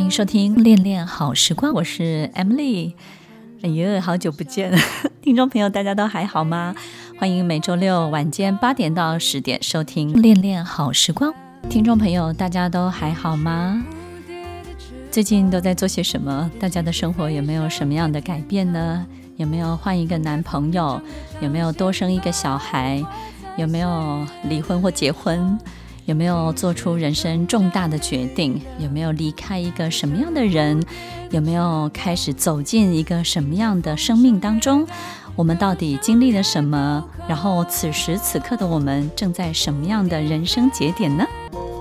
迎收听恋恋好时光，我是 Emily。 哎呀，好久不见了听众朋友大家都还好吗？欢迎每周六晚间8点到10点收听恋恋好时光。听众朋友大家都还好吗？最近都在做些什么？大家的生活有没有什么样的改变呢？有没有换一个男朋友？有没有多生一个小孩？有没有离婚或结婚？有没有做出人生重大的决定？有没有离开一个什么样的人？有没有开始走进一个什么样的生命当中？我们到底经历了什么？然后此时此刻的我们正在什么样的人生节点呢？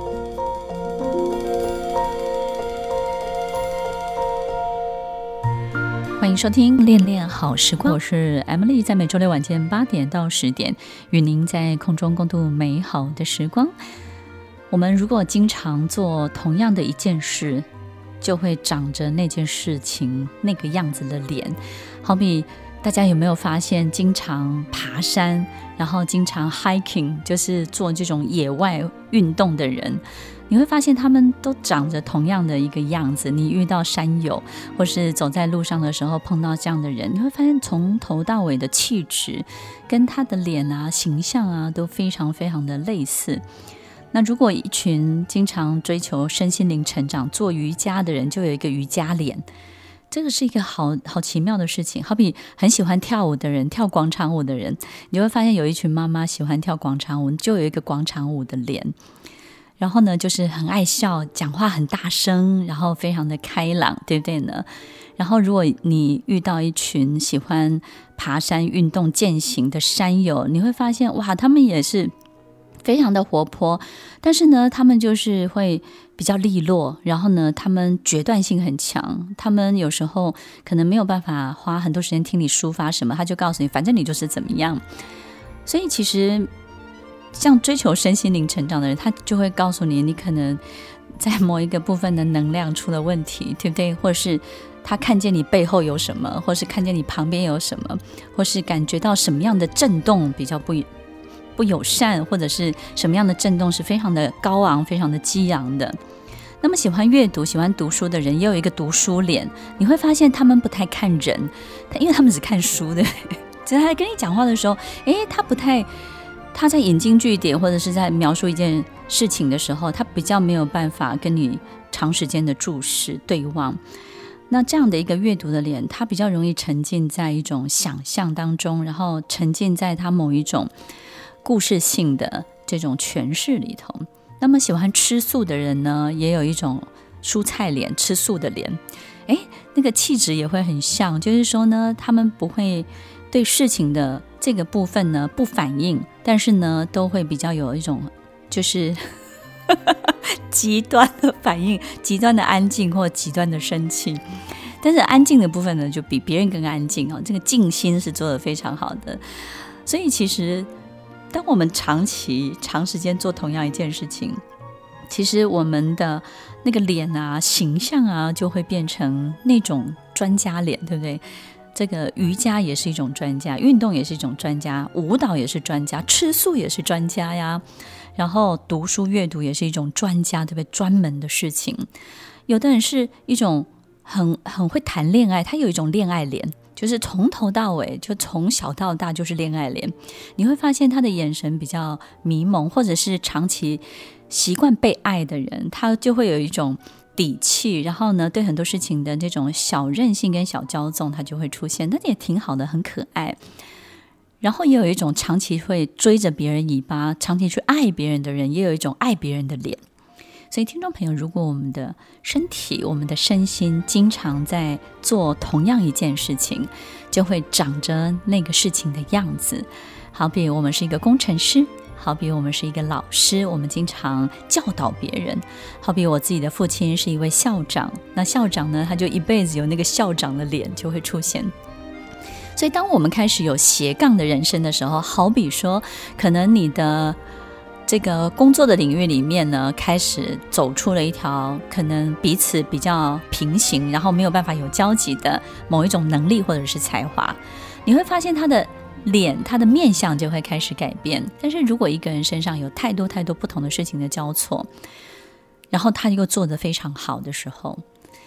欢迎收听恋恋好时光，我是 Emily， 在每周六晚间8点到10点与您在空中共度美好的时光。我们如果经常做同样的一件事，就会长着那件事情那个样子的脸。好比大家有没有发现，经常爬山，然后经常 hiking， 就是做这种野外运动的人，你会发现他们都长着同样的一个样子。你遇到山友或是走在路上的时候碰到这样的人，你会发现从头到尾的气质跟他的脸啊形象啊都非常非常的类似。那如果一群经常追求身心灵成长做瑜伽的人，就有一个瑜伽脸，这个是一个好奇妙的事情。好比很喜欢跳舞的人，跳广场舞的人，你会发现有一群妈妈喜欢跳广场舞，就有一个广场舞的脸。然后呢，就是很爱笑，讲话很大声，然后非常的开朗，对不对呢？然后如果你遇到一群喜欢爬山运动健行的山友，你会发现哇，他们也是非常的活泼，但是呢他们就是会比较利落，然后呢他们决断性很强，他们有时候可能没有办法花很多时间听你抒发什么，他就告诉你反正你就是怎么样。所以其实像追求身心灵成长的人，他就会告诉你，你可能在某一个部分的能量出了问题，对不对？或者是他看见你背后有什么，或是看见你旁边有什么，或是感觉到什么样的震动比较不友善，或者是什么样的震动是非常的高昂非常的激昂的。那么喜欢阅读喜欢读书的人也有一个读书脸，你会发现他们不太看人，因为他们只看书的只是他在跟你讲话的时候，他在引经据典或者是在描述一件事情的时候，他比较没有办法跟你长时间的注视对望。那这样的一个阅读的脸，他比较容易沉浸在一种想象当中，然后沉浸在他某一种故事性的这种诠释里头。那么喜欢吃素的人呢，也有一种蔬菜脸，吃素的脸，那个气质也会很像，就是说呢，他们不会对事情的这个部分呢不反应，但是呢都会比较有一种就是极端的反应，极端的安静或极端的生气。但是安静的部分呢就比别人更安静，这个静心是做得非常好的。所以其实当我们长时间做同样一件事情，其实我们的那个脸啊形象啊就会变成那种专家脸，对不对？这个瑜伽也是一种专家，运动也是一种专家，舞蹈也是专家，吃素也是专家呀，然后读书阅读也是一种专家，对不对？专门的事情。有的人是一种很会谈恋爱，他有一种恋爱脸，就是从头到尾，就从小到大就是恋爱脸。你会发现他的眼神比较迷蒙，或者是长期习惯被爱的人，他就会有一种底气，然后呢对很多事情的这种小任性跟小骄纵它就会出现，那也挺好的，很可爱。然后也有一种长期会追着别人尾巴，长期去爱别人的人，也有一种爱别人的脸。所以听众朋友，如果我们的身体我们的身心经常在做同样一件事情，就会长着那个事情的样子。好比我们是一个工程师，好比我们是一个老师，我们经常教导别人。好比我自己的父亲是一位校长，那校长呢他就一辈子有那个校长的脸就会出现。所以当我们开始有斜杠的人生的时候，好比说可能你的这个工作的领域里面呢，开始走出了一条可能彼此比较平行，然后没有办法有交集的某一种能力或者是才华，你会发现他的脸他的面相就会开始改变。但是如果一个人身上有太多不同的事情的交错，然后他又做得非常好的时候，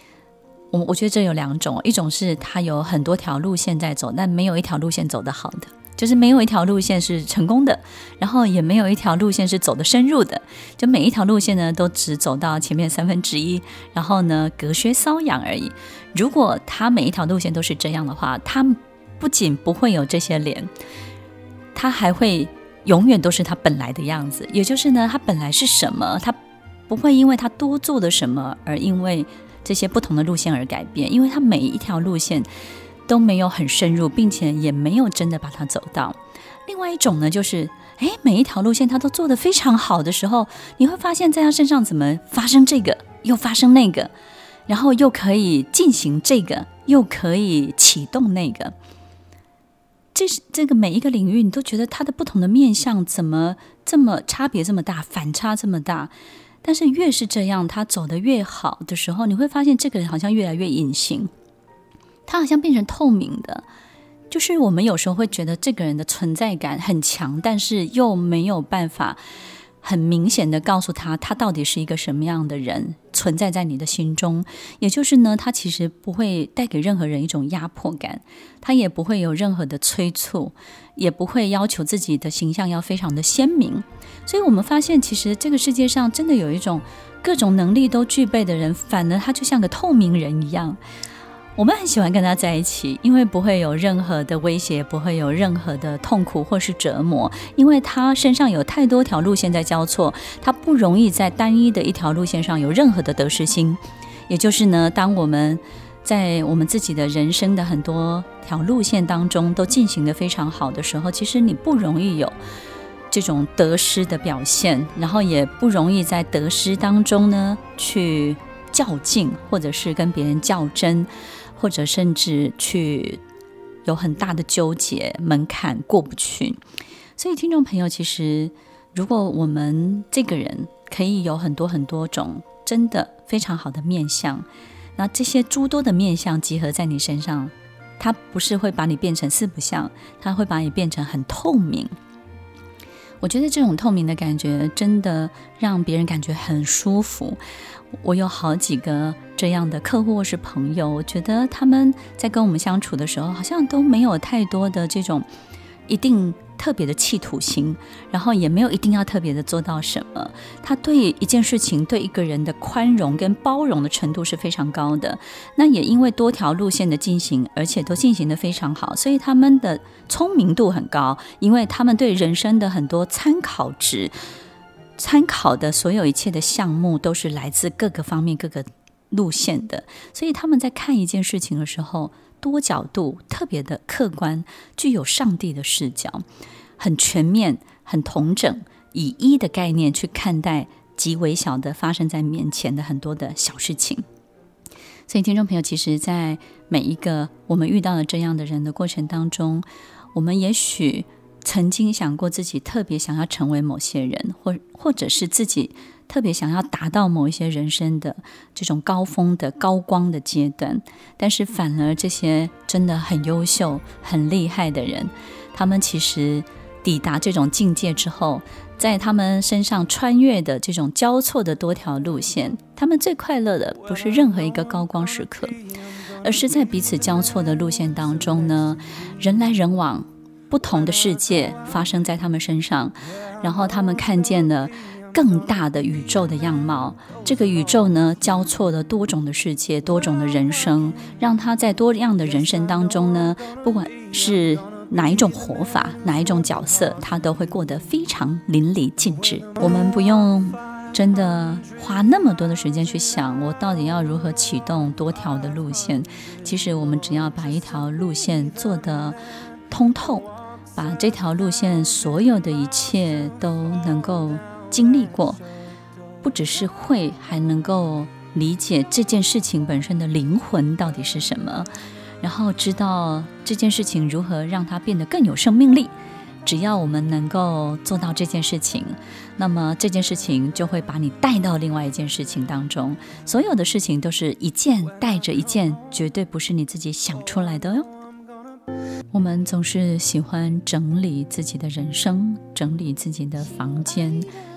我觉得这有两种，一种是他有很多条路线在走，但没有一条路线走得好的，就是没有一条路线是成功的，然后也没有一条路线是走得深入的，就每一条路线呢都只走到前面1/3，然后呢隔靴搔痒而已。如果他每一条路线都是这样的话，他不仅不会有这些脸，他还会永远都是他本来的样子，也就是呢他本来是什么，他不会因为他多做了什么而因为这些不同的路线而改变，因为他每一条路线都没有很深入，并且也没有真的把它走到。另外一种呢，就是每一条路线他都做得非常好的时候，你会发现在他身上怎么发生这个又发生那个，然后又可以进行这个又可以启动那个，这个每一个领域你都觉得他的不同的面向怎么这么差别这么大，反差这么大。但是越是这样，他走得越好的时候，你会发现这个人好像越来越隐形，他好像变成透明的。就是我们有时候会觉得这个人的存在感很强，但是又没有办法很明显的告诉他到底是一个什么样的人存在在你的心中。也就是呢，他其实不会带给任何人一种压迫感，他也不会有任何的催促，也不会要求自己的形象要非常的鲜明。所以我们发现其实这个世界上真的有一种各种能力都具备的人，反而他就像个透明人一样。我们很喜欢跟他在一起，因为不会有任何的威胁，不会有任何的痛苦或是折磨，因为他身上有太多条路线在交错，他不容易在单一的一条路线上有任何的得失心。也就是呢，当我们在我们自己的人生的很多条路线当中都进行得非常好的时候，其实你不容易有这种得失的表现，然后也不容易在得失当中呢去较劲，或者是跟别人较真，或者甚至去有很大的纠结，门槛过不去。所以听众朋友，其实如果我们这个人可以有很多很多种真的非常好的面向，那这些诸多的面向集合在你身上，它不是会把你变成四不像，它会把你变成很透明。我觉得这种透明的感觉真的让别人感觉很舒服。我有好几个这样的客户或是朋友，我觉得他们在跟我们相处的时候，好像都没有太多的这种一定特别的企图心，然后也没有一定要特别的做到什么。他对一件事情，对一个人的宽容跟包容的程度是非常高的。那也因为多条路线的进行，而且都进行得非常好，所以他们的聪明度很高，因为他们对人生的很多参考值，参考的所有一切的项目都是来自各个方面各个路线的，所以他们在看一件事情的时候，多角度，特别的客观，具有上帝的视角，很全面，很统整，以一的概念去看待极微小的发生在面前的很多的小事情。所以听众朋友，其实在每一个我们遇到的这样的人的过程当中，我们也许曾经想过自己特别想要成为某些人，或者是自己特别想要达到某一些人生的这种高峰的高光的阶段，但是反而这些真的很优秀很厉害的人，他们其实抵达这种境界之后，在他们身上穿越的这种交错的多条路线，他们最快乐的不是任何一个高光时刻，而是在彼此交错的路线当中呢，人来人往，不同的世界发生在他们身上，然后他们看见了更大的宇宙的样貌。这个宇宙呢，交错了多种的世界，多种的人生，让他在多样的人生当中呢，不管是哪一种活法，哪一种角色，他都会过得非常淋漓尽致。我们不用真的花那么多的时间去想我到底要如何启动多条的路线，其实我们只要把一条路线做得通透，把这条路线所有的一切都能够经历过，不只是会，还能够理解这件事情本身的灵魂到底是什么，然后知道这件事情如何让它变得更有生命力。只要我们能够做到这件事情，那么这件事情就会把你带到另外一件事情当中。所有的事情都是一件带着一件，绝对不是你自己想出来的哟。我们总是喜欢整理自己的人生，整理自己的房间，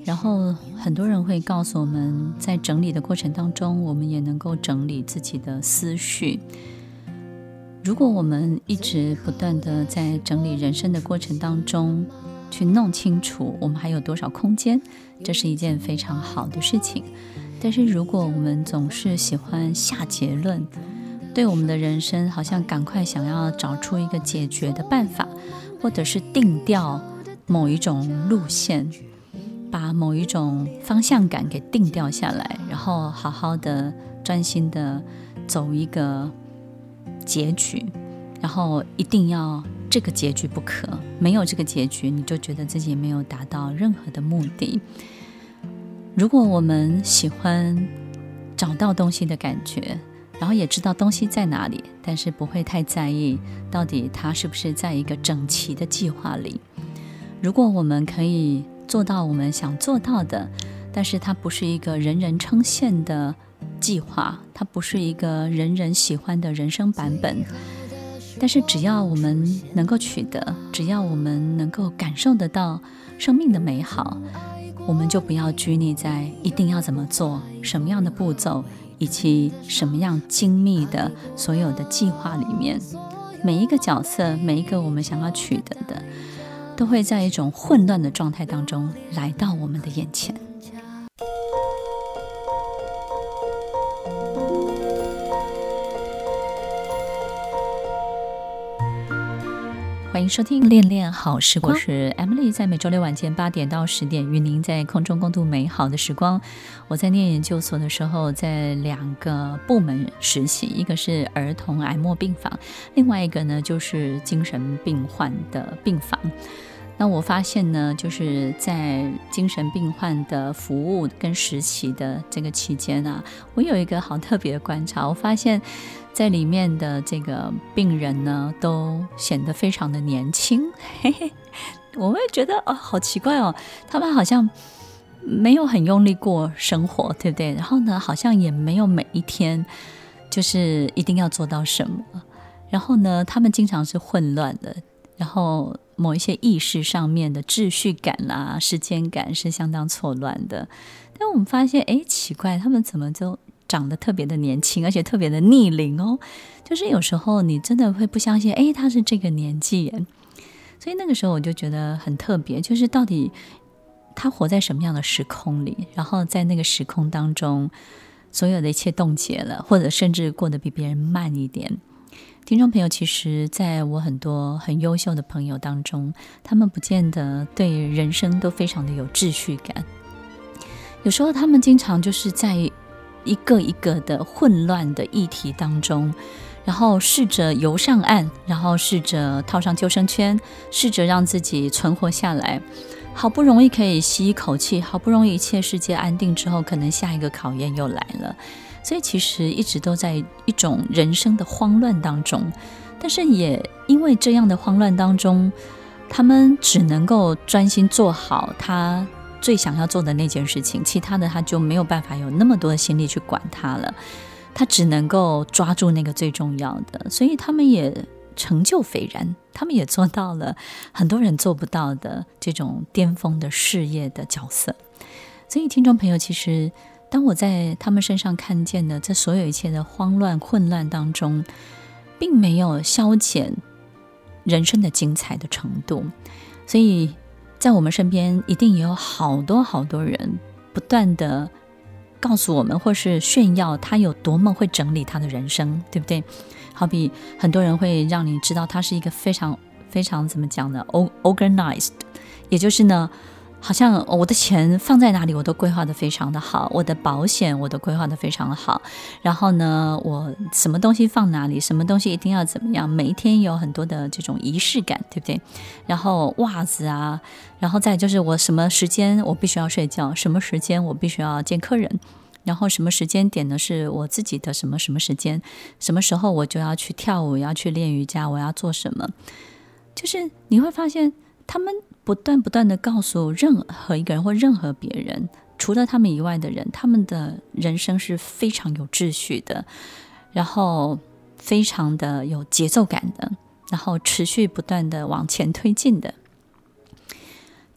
然后很多人会告诉我们，在整理的过程当中，我们也能够整理自己的思绪。如果我们一直不断的在整理人生的过程当中去弄清楚我们还有多少空间，这是一件非常好的事情。但是如果我们总是喜欢下结论，对我们的人生好像赶快想要找出一个解决的办法，或者是定调某一种路线，把某一种方向感给定调下来，然后好好的专心的走一个结局，然后一定要这个结局不可，没有这个结局你就觉得自己没有达到任何的目的。如果我们喜欢找到东西的感觉，然后也知道东西在哪里，但是不会太在意到底它是不是在一个整齐的计划里。如果我们可以做到我们想做到的，但是它不是一个人人称羡的计划，它不是一个人人喜欢的人生版本，但是只要我们能够取得，只要我们能够感受得到生命的美好，我们就不要拘泥在一定要怎么做，什么样的步骤，以及什么样精密的所有的计划里面。每一个角色，每一个我们想要取得的，都会在一种混乱的状态当中来到我们的眼前。欢迎收听恋恋好时光，我是 Emily， 在每周六晚间8点到10点与您在空中共度美好的时光。我在念研究所的时候，在2个部门实习，一个是儿童癌末病房，另外一个呢就是精神病患的病房。那我发现呢，就是在精神病患的服务跟实习的这个期间啊，我有一个好特别的观察，我发现在里面的这个病人呢，都显得非常的年轻，嘿嘿，我会觉得好奇怪哦，他们好像没有很用力过生活，对不对？然后呢，好像也没有每一天就是一定要做到什么，然后呢，他们经常是混乱的，然后某一些意识上面的秩序感啦、时间感是相当错乱的。但我们发现，奇怪，他们怎么就长得特别的年轻，而且特别的逆龄哦？就是有时候你真的会不相信，他是这个年纪耶。所以那个时候我就觉得很特别，就是到底他活在什么样的时空里，然后在那个时空当中，所有的一切冻结了，或者甚至过得比别人慢一点。听众朋友，其实在我很多很优秀的朋友当中，他们不见得对人生都非常的有秩序感，有时候他们经常就是在一个一个的混乱的议题当中，然后试着游上岸，然后试着套上救生圈，试着让自己存活下来，好不容易可以吸一口气，好不容易一切世界安定之后，可能下一个考验又来了。所以其实一直都在一种人生的慌乱当中，但是也因为这样的慌乱当中，他们只能够专心做好他最想要做的那件事情，其他的他就没有办法有那么多的心力去管他了，他只能够抓住那个最重要的，所以他们也成就斐然，他们也做到了很多人做不到的这种巅峰的事业的角色。所以听众朋友，其实当我在他们身上看见的这所有一切的慌乱混乱当中，并没有消减人生的精彩的程度。所以在我们身边一定也有好多好多人不断的告诉我们，或是炫耀他有多么会整理他的人生，对不对？好比很多人会让你知道他是一个非常非常怎么讲呢 organized， 也就是呢好像我的钱放在哪里我都规划得非常的好，我的保险我都规划得非常的好，然后呢我什么东西放哪里，什么东西一定要怎么样，每一天有很多的这种仪式感，对不对？然后袜子啊，然后再就是我什么时间我必须要睡觉，什么时间我必须要见客人，然后什么时间点呢是我自己的什么时间，什么时候我就要去跳舞，要去练瑜伽，我要做什么，就是你会发现他们不断的告诉任何一个人或任何别人，除了他们以外的人，他们的人生是非常有秩序的，然后非常的有节奏感的，然后持续不断的往前推进的。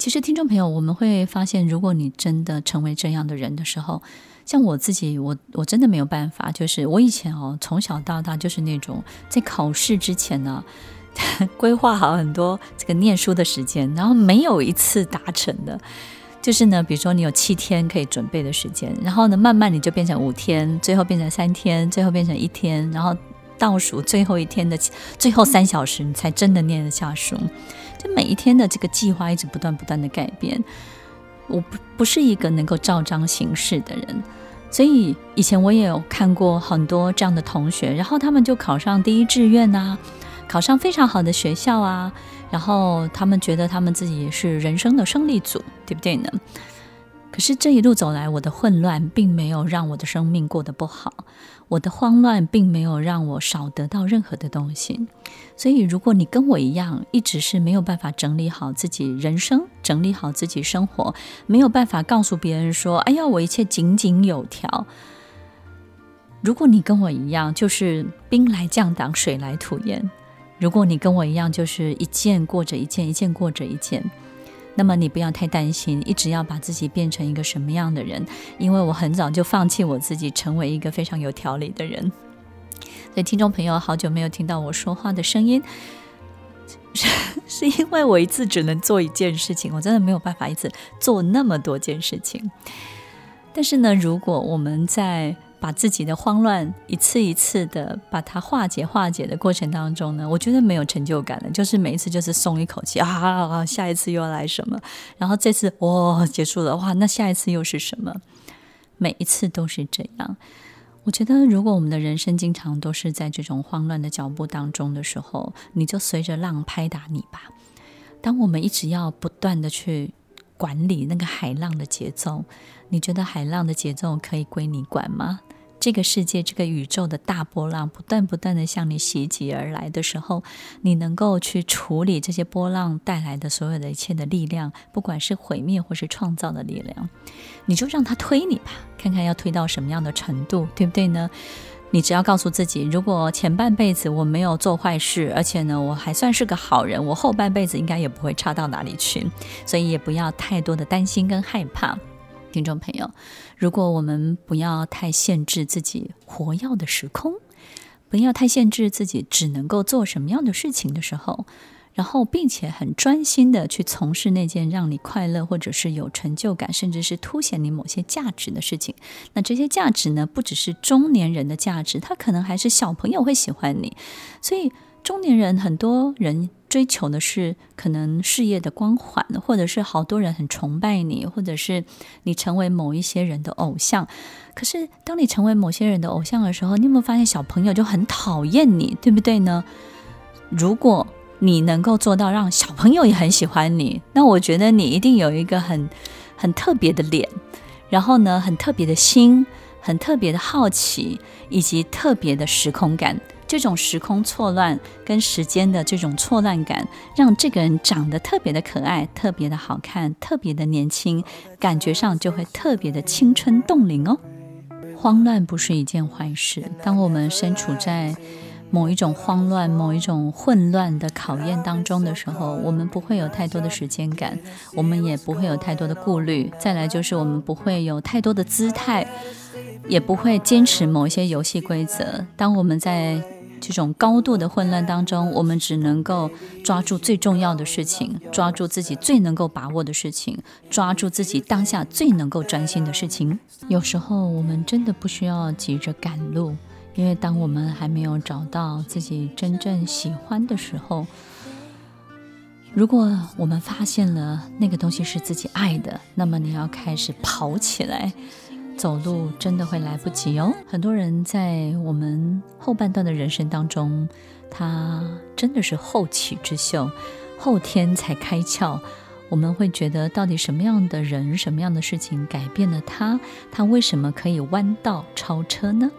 其实听众朋友，我们会发现，如果你真的成为这样的人的时候，像我自己，我真的没有办法。就是我以前从小到大就是那种在考试之前呢，规划好很多这个念书的时间，然后没有一次达成的。就是呢，比如说你有7天可以准备的时间，然后呢，慢慢你就变成5天，最后变成3天，最后变成1天，然后倒数最后1天的最后3小时，你才真的念得下书。就每一天的这个计划一直不断的改变。我不是一个能够照章行事的人，所以以前我也有看过很多这样的同学，然后他们就考上第1志愿啊，考上非常好的学校啊，然后他们觉得他们自己也是人生的胜利组，对不对呢？可是这一路走来，我的混乱并没有让我的生命过得不好，我的慌乱并没有让我少得到任何的东西。所以如果你跟我一样，一直是没有办法整理好自己人生，整理好自己生活，没有办法告诉别人说，哎呀，我一切井井有条。如果你跟我一样，就是兵来将挡，水来土掩。如果你跟我一样，就是一件过着一件，一件过着一件，那么你不要太担心，一直要把自己变成一个什么样的人，因为我很早就放弃我自己，成为一个非常有条理的人。所以听众朋友好久没有听到我说话的声音，是因为我一次只能做一件事情，我真的没有办法一次做那么多件事情。但是呢，如果我们在把自己的慌乱一次一次的把它化解的过程当中呢，我觉得没有成就感了，就是每一次就是松一口气啊，下一次又要来什么，然后这次结束了，哇，那下一次又是什么，每一次都是这样。我觉得如果我们的人生经常都是在这种慌乱的脚步当中的时候，你就随着浪拍打你吧。当我们一直要不断的去管理那个海浪的节奏，你觉得海浪的节奏可以归你管吗？这个世界，这个宇宙的大波浪不断的向你袭击而来的时候，你能够去处理这些波浪带来的所有的一切的力量，不管是毁灭或是创造的力量，你就让它推你吧，看看要推到什么样的程度，对不对呢？你只要告诉自己，如果前半辈子我没有做坏事，而且呢我还算是个好人，我后半辈子应该也不会差到哪里去，所以也不要太多的担心跟害怕。听众朋友，如果我们不要太限制自己活跃的时空，不要太限制自己只能够做什么样的事情的时候，然后并且很专心的去从事那件让你快乐或者是有成就感，甚至是凸显你某些价值的事情，那这些价值呢，不只是中年人的价值，他可能还是小朋友会喜欢你。所以中年人，很多人追求的是可能事业的光环，或者是好多人很崇拜你，或者是你成为某一些人的偶像。可是当你成为某些人的偶像的时候，你有没有发现小朋友就很讨厌你，对不对呢？如果你能够做到让小朋友也很喜欢你，那我觉得你一定有一个很特别的脸，然后呢很特别的心，很特别的好奇，以及特别的时空感。这种时空错乱跟时间的这种错乱感，让这个人长得特别的可爱，特别的好看，特别的年轻，感觉上就会特别的青春冻龄哦。慌乱不是一件坏事，当我们身处在某一种慌乱、某一种混乱的考验当中的时候，我们不会有太多的时间感，我们也不会有太多的顾虑，再来就是我们不会有太多的姿态，也不会坚持某一些游戏规则。当我们在这种高度的混乱当中，我们只能够抓住最重要的事情，抓住自己最能够把握的事情，抓住自己当下最能够专心的事情。有时候我们真的不需要急着赶路，因为当我们还没有找到自己真正喜欢的时候，如果我们发现了那个东西是自己爱的，那么你要开始跑起来，走路真的会来不及哦。很多人在我们后半段的人生当中，他真的是后起之秀，后天才开窍。我们会觉得到底什么样的人，什么样的事情改变了他，他为什么可以弯道超车呢？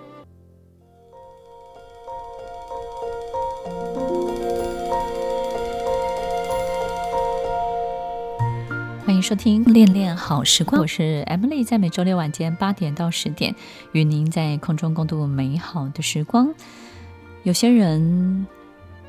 欢迎收听恋恋好时光，我是 Emily， 在每周六晚间8点到10点，与您在空中共度美好的时光。有些人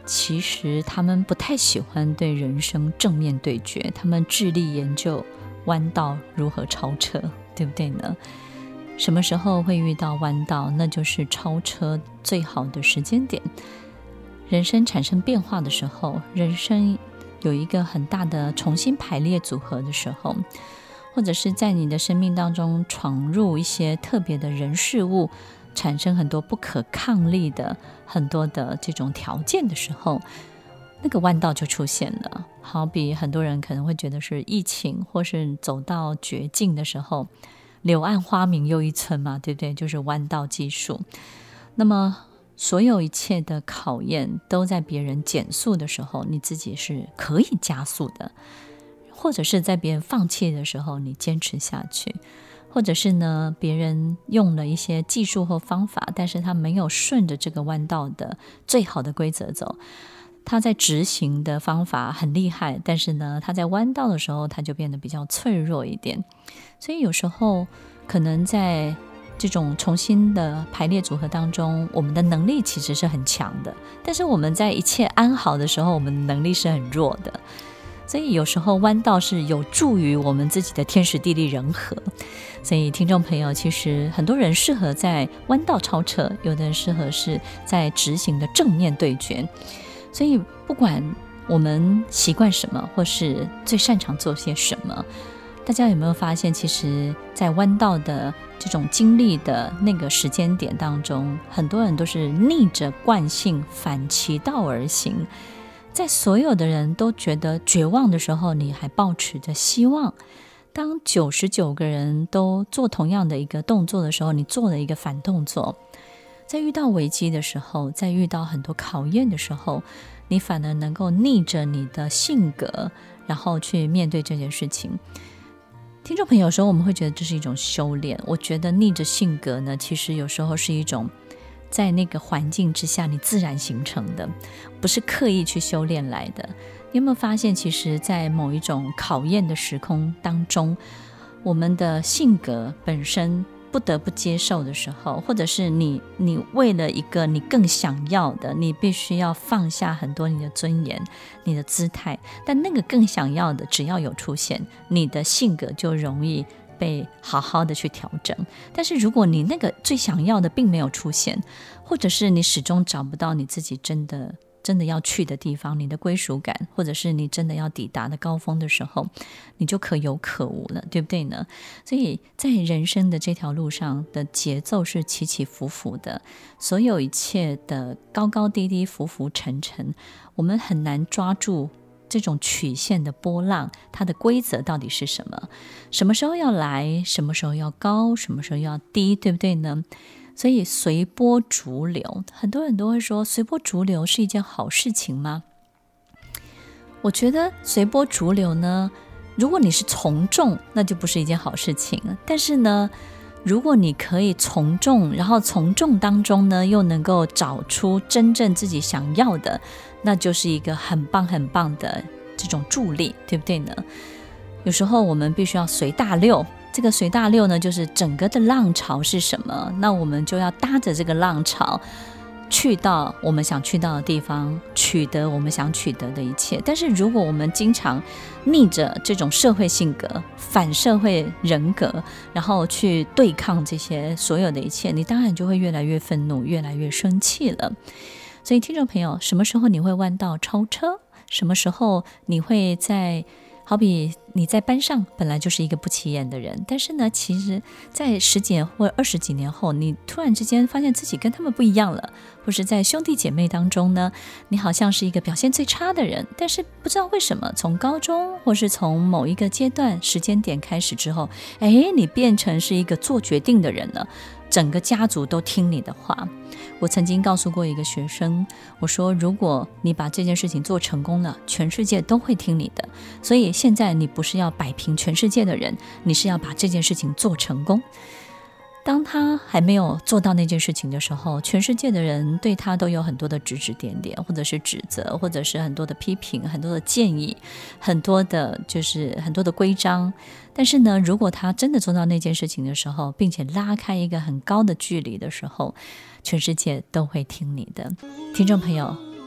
其实他们不太喜欢对人生正面对决，他们致力研究弯道如何超车，对不对呢？什么时候会遇到弯道，那就是超车最好的时间点。人生产生变化的时候，人生有一个很大的重新排列组合的时候，或者是在你的生命当中闯入一些特别的人事物，产生很多不可抗力的很多的这种条件的时候，那个弯道就出现了。好比很多人可能会觉得是疫情，或是走到绝境的时候，柳暗花明又一村嘛，对不对？就是弯道技术。那么所有一切的考验都在别人减速的时候，你自己是可以加速的，或者是在别人放弃的时候，你坚持下去，或者是呢，别人用了一些技术或方法，但是他没有顺着这个弯道的最好的规则走，他在执行的方法很厉害，但是呢，他在弯道的时候他就变得比较脆弱一点。所以有时候可能在这种重新的排列组合当中，我们的能力其实是很强的，但是我们在一切安好的时候，我们的能力是很弱的。所以有时候弯道是有助于我们自己的天时地利人和。所以听众朋友，其实很多人适合在弯道超车，有的人适合是在执行的正面对决。所以不管我们习惯什么，或是最擅长做些什么，大家有没有发现，其实在弯道的这种经历的那个时间点当中，很多人都是逆着惯性反其道而行。在所有的人都觉得绝望的时候，你还抱持着希望。当99个人都做同样的一个动作的时候，你做了一个反动作。在遇到危机的时候，在遇到很多考验的时候，你反而能够逆着你的性格，然后去面对这件事情。听众朋友，有时候我们会觉得这是一种修炼，我觉得逆着性格呢，其实有时候是一种在那个环境之下你自然形成的，不是刻意去修炼来的。你有没有发现，其实在某一种考验的时空当中，我们的性格本身不得不接受的时候，或者是你为了一个你更想要的，你必须要放下很多你的尊严，你的姿态，但那个更想要的只要有出现，你的性格就容易被好好的去调整。但是如果你那个最想要的并没有出现，或者是你始终找不到你自己真的要去的地方，你的归属感，或者是你真的要抵达的高峰的时候，你就可有可无了，对不对呢？所以在人生的这条路上的节奏是起起伏伏的，所有一切的高高低低浮浮沉沉，我们很难抓住这种曲线的波浪，它的规则到底是什么？什么时候要来，什么时候要高，什么时候要低，对不对呢？所以随波逐流，很多人都会说随波逐流是一件好事情吗？我觉得随波逐流呢，如果你是从众，那就不是一件好事情了。但是呢，如果你可以从众，然后从众当中呢，又能够找出真正自己想要的，那就是一个很棒很棒的这种助力，对不对呢？有时候我们必须要随大流，这个随大流呢，就是整个的浪潮是什么，那我们就要搭着这个浪潮去到我们想去到的地方，取得我们想取得的一切。但是如果我们经常逆着这种社会性格，反社会人格，然后去对抗这些所有的一切，你当然就会越来越愤怒，越来越生气了。所以听众朋友，什么时候你会弯道超车？什么时候你会好比你在班上本来就是一个不起眼的人，但是呢，其实在10几年或20几年后，你突然之间发现自己跟他们不一样了，或是在兄弟姐妹当中呢，你好像是一个表现最差的人，但是不知道为什么，从高中或是从某一个阶段时间点开始之后，你变成是一个做决定的人了，整个家族都听你的话。我曾经告诉过一个学生，我说如果你把这件事情做成功了，全世界都会听你的。所以现在你不是要摆平全世界的人，你是要把这件事情做成功。当他还没有做到那件事情的时候，全世界的人对他都有很多的指指点点，或者是指责，或者是很多的批评，很多的建议，很多的规章。但是呢，如果他真的做到那件事情的时候，并且拉开一个很高的距离的时候，全世界都会听你的。听众朋友，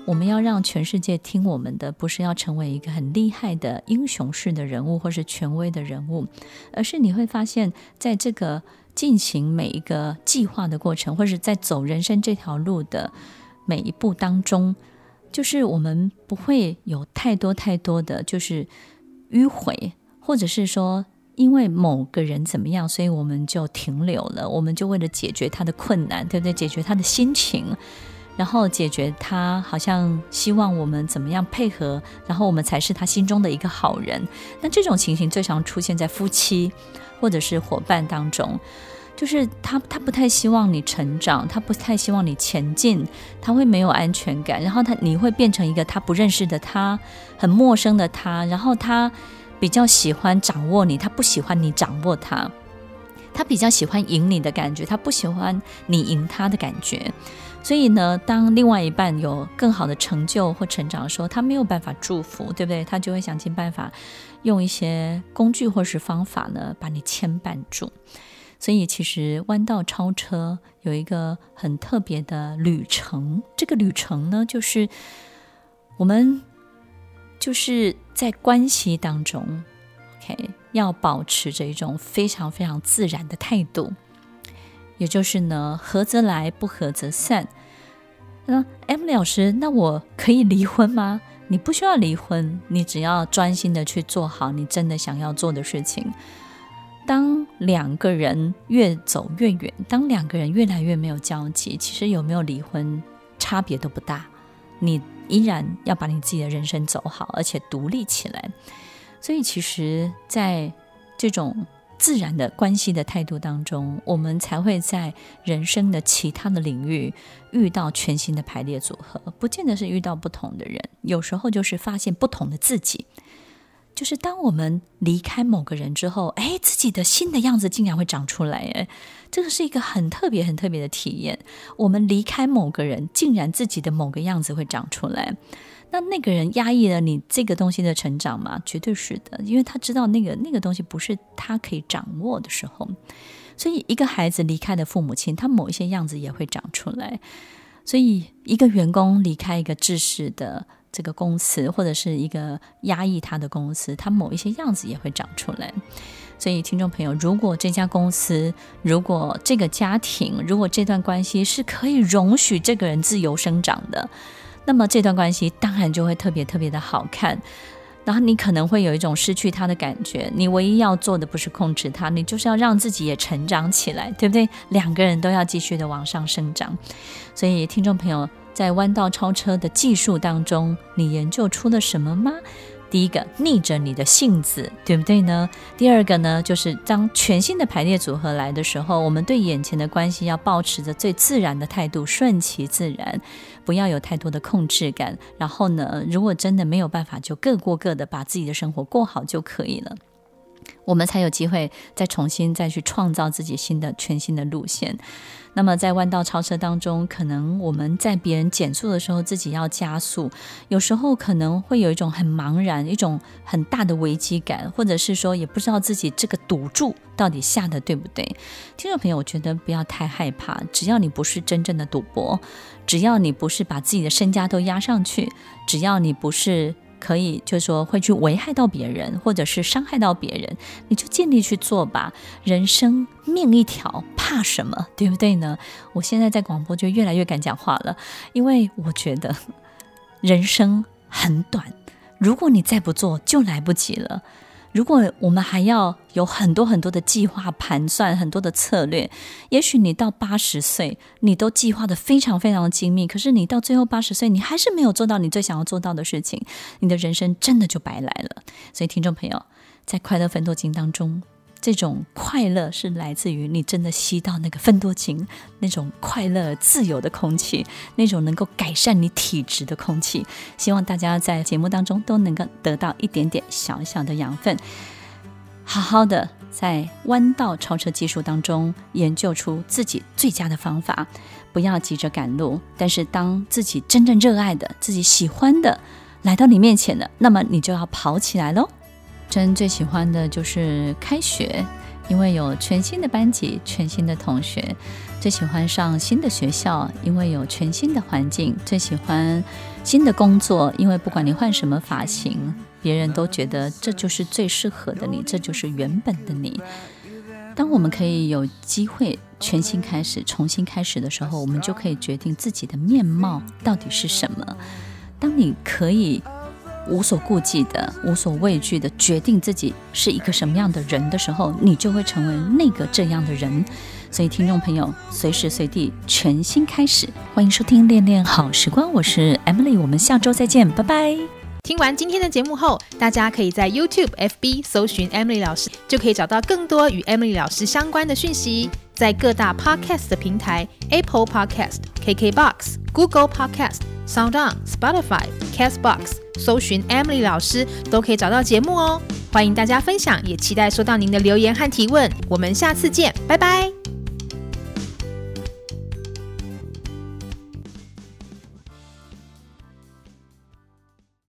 我们要让全世界听我们的，不是要成为一个很厉害的英雄式的人物或是权威的人物，而是你会发现在这个进行每一个计划的过程，或是在走人生这条路的每一步当中，就是我们不会有太多的就是迂回，或者是说因为某个人怎么样，所以我们就停留了，我们就为了解决他的困难，对不对？解决他的心情，然后解决他好像希望我们怎么样配合，然后我们才是他心中的一个好人。那这种情形最常出现在夫妻或者是伙伴当中，就是他不太希望你成长，他不太希望你前进，他会没有安全感，然后你会变成一个他不认识的他，很陌生的他，然后他比较喜欢掌握你，他不喜欢你掌握他，他比较喜欢赢你的感觉，他不喜欢你赢他的感觉。所以呢，当另外一半有更好的成就或成长的时候，他没有办法祝福，对不对？他就会想尽办法用一些工具或是方法呢，把你牵绊住。所以其实弯道超车有一个很特别的旅程，这个旅程呢，就是我们就是在关系当中 OK 要保持着一种非常非常自然的态度，也就是呢，合则来，不合则散。Emily 老师，那我可以离婚吗？你不需要离婚，你只要专心的去做好你真的想要做的事情。当两个人越走越远，当两个人越来越没有交集，其实有没有离婚差别都不大，你依然要把你自己的人生走好，而且独立起来。所以其实在这种自然的关系的态度当中，我们才会在人生的其他的领域遇到全新的排列组合，不见得是遇到不同的人，有时候就是发现不同的自己。就是当我们离开某个人之后，自己的新的样子竟然会长出来，这个是一个很特别的体验。我们离开某个人，竟然自己的某个样子会长出来。那个人压抑了你这个东西的成长吗？绝对是的，因为他知道那个东西不是他可以掌握的时候。所以一个孩子离开了父母亲，他某一些样子也会长出来。所以一个员工离开一个制式的这个公司，或者是一个压抑他的公司，他某一些样子也会长出来。所以听众朋友，如果这家公司，如果这个家庭，如果这段关系是可以容许这个人自由生长的，那么这段关系当然就会特别的好看。然后你可能会有一种失去他的感觉，你唯一要做的不是控制他，你就是要让自己也成长起来，对不对？两个人都要继续的往上生长。所以听众朋友，在弯道超车的技术当中，你研究出了什么吗？第一个，逆着你的性子，对不对呢？第二个呢，就是当全新的排列组合来的时候，我们对眼前的关系要保持着最自然的态度，顺其自然，不要有太多的控制感。然后呢，如果真的没有办法，就各过各的，把自己的生活过好就可以了。我们才有机会再重新再去创造自己全新的路线。那么在弯道超车当中，可能我们在别人减速的时候自己要加速，有时候可能会有一种很茫然，一种很大的危机感，或者是说也不知道自己这个赌注到底下的对不对。听众朋友，我觉得不要太害怕，只要你不是真正的赌博，只要你不是把自己的身家都押上去，只要你不是可以就是说会去危害到别人，或者是伤害到别人，你就尽力去做吧。人生命一条，怕什么，对不对呢？我现在在广播就越来越敢讲话了，因为我觉得人生很短，如果你再不做就来不及了。如果我们还要有很多的计划盘算，很多的策略，也许你到80岁你都计划得非常的精密，可是你到最后80岁你还是没有做到你最想要做到的事情，你的人生真的就白来了。所以听众朋友，在快乐分多金当中，这种快乐是来自于你真的吸到那个芬多精，那种快乐自由的空气，那种能够改善你体质的空气。希望大家在节目当中都能够得到一点点小小的养分，好好的在弯道超车技术当中研究出自己最佳的方法，不要急着赶路，但是当自己真正热爱的、自己喜欢的来到你面前了，那么你就要跑起来咯。真最喜欢的就是开学， 因为有全新的班级、全新的同学；最喜欢上新的学校，因为有全新的环境；最喜欢新的工作，因为不管你换什么发型，别人都觉得这就是最适合的你，这就是原本的你。当我们可以有机会全新开始、重新开始的时候，我们就可以决定自己的面貌到底是什么。当你可以无所顾忌的、无所畏惧的决定自己是一个什么样的人的时候，你就会成为那个这样的人。所以听众朋友，随时随地全新开始，欢迎收听恋恋好时光，我是 Emily， 我们下周再见，拜拜。 听完今天的节目后，大家可以在 YouTube、FB 搜寻 Emily 老师，就可以找到更多与 Emily 老师相关的讯息。在各大 Podcast 的平台 Apple Podcast、KKBox、Google Podcast、SoundOn、Spotify、Castbox 搜寻 Emily 老师都可以找到节目哦。欢迎大家分享，也期待收到您的留言和提问。我们下次见，拜拜。